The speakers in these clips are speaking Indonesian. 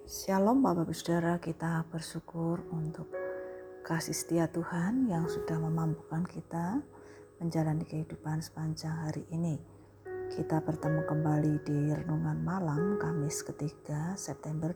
Shalom Bapak Ibu Saudara, kita bersyukur untuk kasih setia Tuhan yang sudah memampukan kita menjalani kehidupan sepanjang hari ini. Kita bertemu kembali di Renungan Malam Kamis ketiga September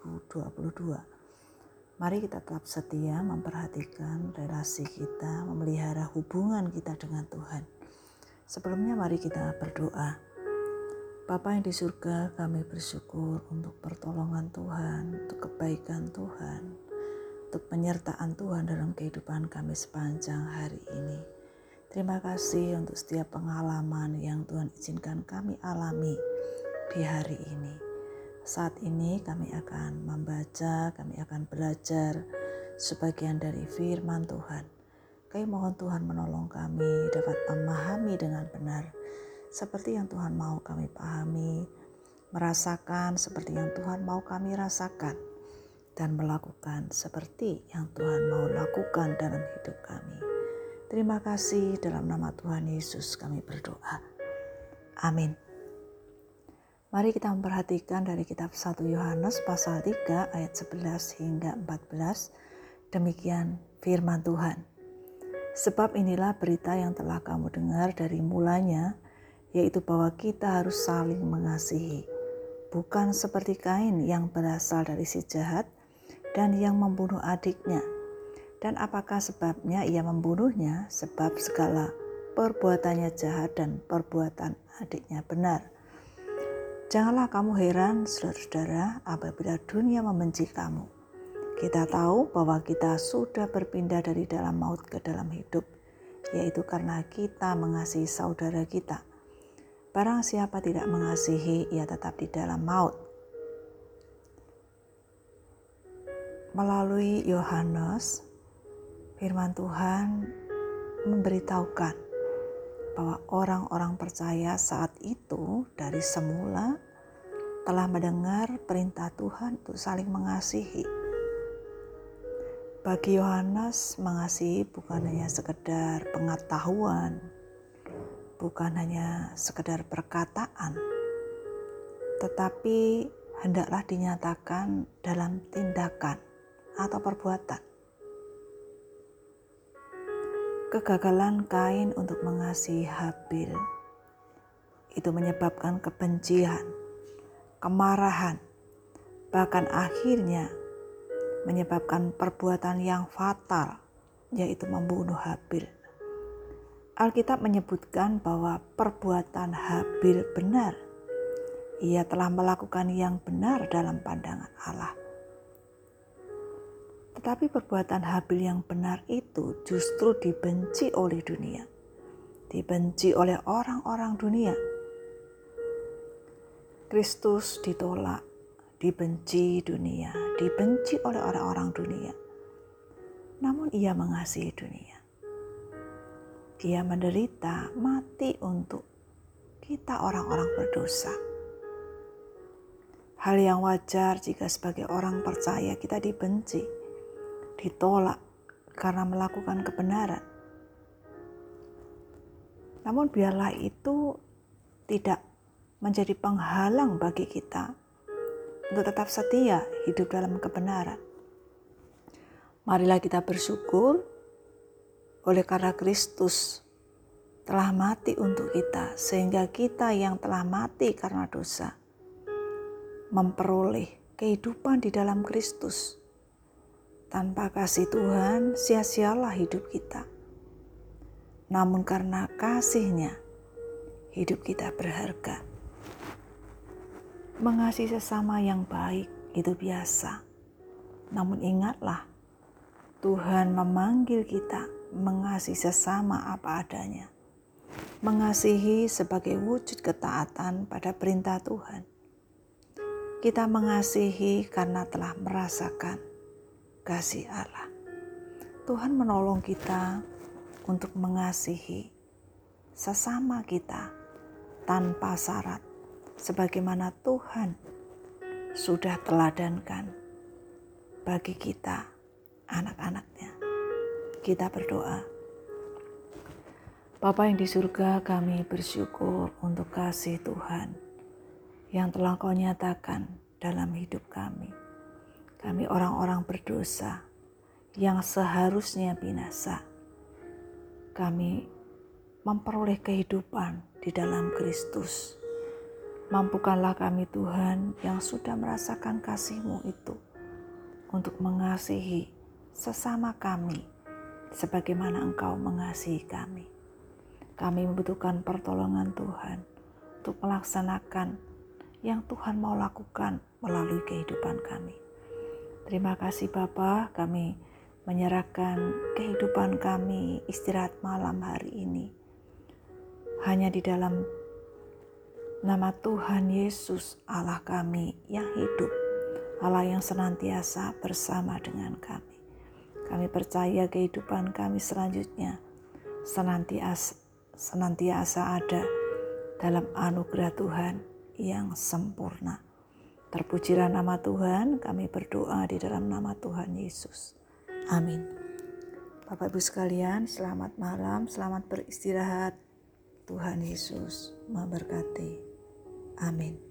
2022. Mari kita tetap setia memperhatikan relasi kita, memelihara hubungan kita dengan Tuhan. Sebelumnya mari kita berdoa. Bapa yang di surga, kami bersyukur untuk pertolongan Tuhan, untuk kebaikan Tuhan, untuk penyertaan Tuhan dalam kehidupan kami sepanjang hari ini. Terima kasih untuk setiap pengalaman yang Tuhan izinkan kami alami di hari ini. Saat ini kami akan membaca, kami akan belajar sebagian dari firman Tuhan. Kami mohon Tuhan menolong kami dapat memahami dengan benar seperti yang Tuhan mau kami pahami, merasakan seperti yang Tuhan mau kami rasakan, dan melakukan seperti yang Tuhan mau lakukan dalam hidup kami. Terima kasih, dalam nama Tuhan Yesus kami berdoa. Amin. Mari kita memperhatikan dari kitab 1 Yohanes pasal 3 ayat 11 hingga 14. Demikian firman Tuhan. Sebab inilah berita yang telah kamu dengar dari mulanya, yaitu bahwa kita harus saling mengasihi, bukan seperti Kain yang berasal dari si jahat dan yang membunuh adiknya. Dan apakah sebabnya ia membunuhnya? Sebab segala perbuatannya jahat dan perbuatan adiknya benar. Janganlah kamu heran, saudara-saudara, apabila dunia membenci kamu. Kita tahu bahwa kita sudah berpindah dari dalam maut ke dalam hidup, yaitu karena kita mengasihi saudara kita. Barang siapa tidak mengasihi, ia tetap di dalam maut. Melalui Yohanes, firman Tuhan memberitahukan bahwa orang-orang percaya saat itu dari semula telah mendengar perintah Tuhan untuk saling mengasihi. Bagi Yohanes, mengasihi bukan hanya sekedar pengetahuan, bukan hanya sekedar perkataan, tetapi hendaklah dinyatakan dalam tindakan atau perbuatan. Kegagalan Kain untuk mengasihi Habil itu menyebabkan kebencian, kemarahan, bahkan akhirnya menyebabkan perbuatan yang fatal, yaitu membunuh Habil. Alkitab menyebutkan bahwa perbuatan Habil benar. Ia telah melakukan yang benar dalam pandangan Allah. Tetapi perbuatan Habil yang benar itu justru dibenci oleh dunia. Dibenci oleh orang-orang dunia. Kristus ditolak, dibenci dunia, dibenci oleh orang-orang dunia. Namun ia mengasihi dunia. Dia menderita, mati untuk kita orang-orang berdosa. Hal yang wajar jika sebagai orang percaya kita dibenci, ditolak karena melakukan kebenaran. Namun biarlah itu tidak menjadi penghalang bagi kita untuk tetap setia hidup dalam kebenaran. Marilah kita bersyukur oleh karena Kristus telah mati untuk kita, sehingga kita yang telah mati karena dosa memperoleh kehidupan di dalam Kristus. Tanpa kasih Tuhan, sia-sialah hidup kita. Namun karena kasih-Nya, hidup kita berharga. Mengasihi sesama yang baik itu biasa. Namun ingatlah, Tuhan memanggil kita mengasihi sesama apa adanya. Mengasihi sebagai wujud ketaatan pada perintah Tuhan. Kita mengasihi karena telah merasakan kasih Allah. Tuhan menolong kita untuk mengasihi sesama kita tanpa syarat, sebagaimana Tuhan sudah teladankan bagi kita, anak-anaknya. Kita berdoa. Bapa yang di surga, kami bersyukur untuk kasih Tuhan yang telah Kau nyatakan dalam hidup kami. Kami orang-orang berdosa yang seharusnya binasa. Kami memperoleh kehidupan di dalam Kristus. Mampukanlah kami Tuhan yang sudah merasakan kasih-Mu itu untuk mengasihi sesama kami sebagaimana Engkau mengasihi kami. Kami membutuhkan pertolongan Tuhan untuk melaksanakan yang Tuhan mau lakukan melalui kehidupan kami. Terima kasih Bapa, kami menyerahkan kehidupan kami istirahat malam hari ini hanya di dalam nama Tuhan Yesus, Allah kami yang hidup, Allah yang senantiasa bersama dengan kami. Kami percaya kehidupan kami selanjutnya senantiasa ada dalam anugerah Tuhan yang sempurna. Terpujilah nama Tuhan, kami berdoa di dalam nama Tuhan Yesus. Amin. Bapak Ibu sekalian, selamat malam, selamat beristirahat. Tuhan Yesus memberkati. Amin.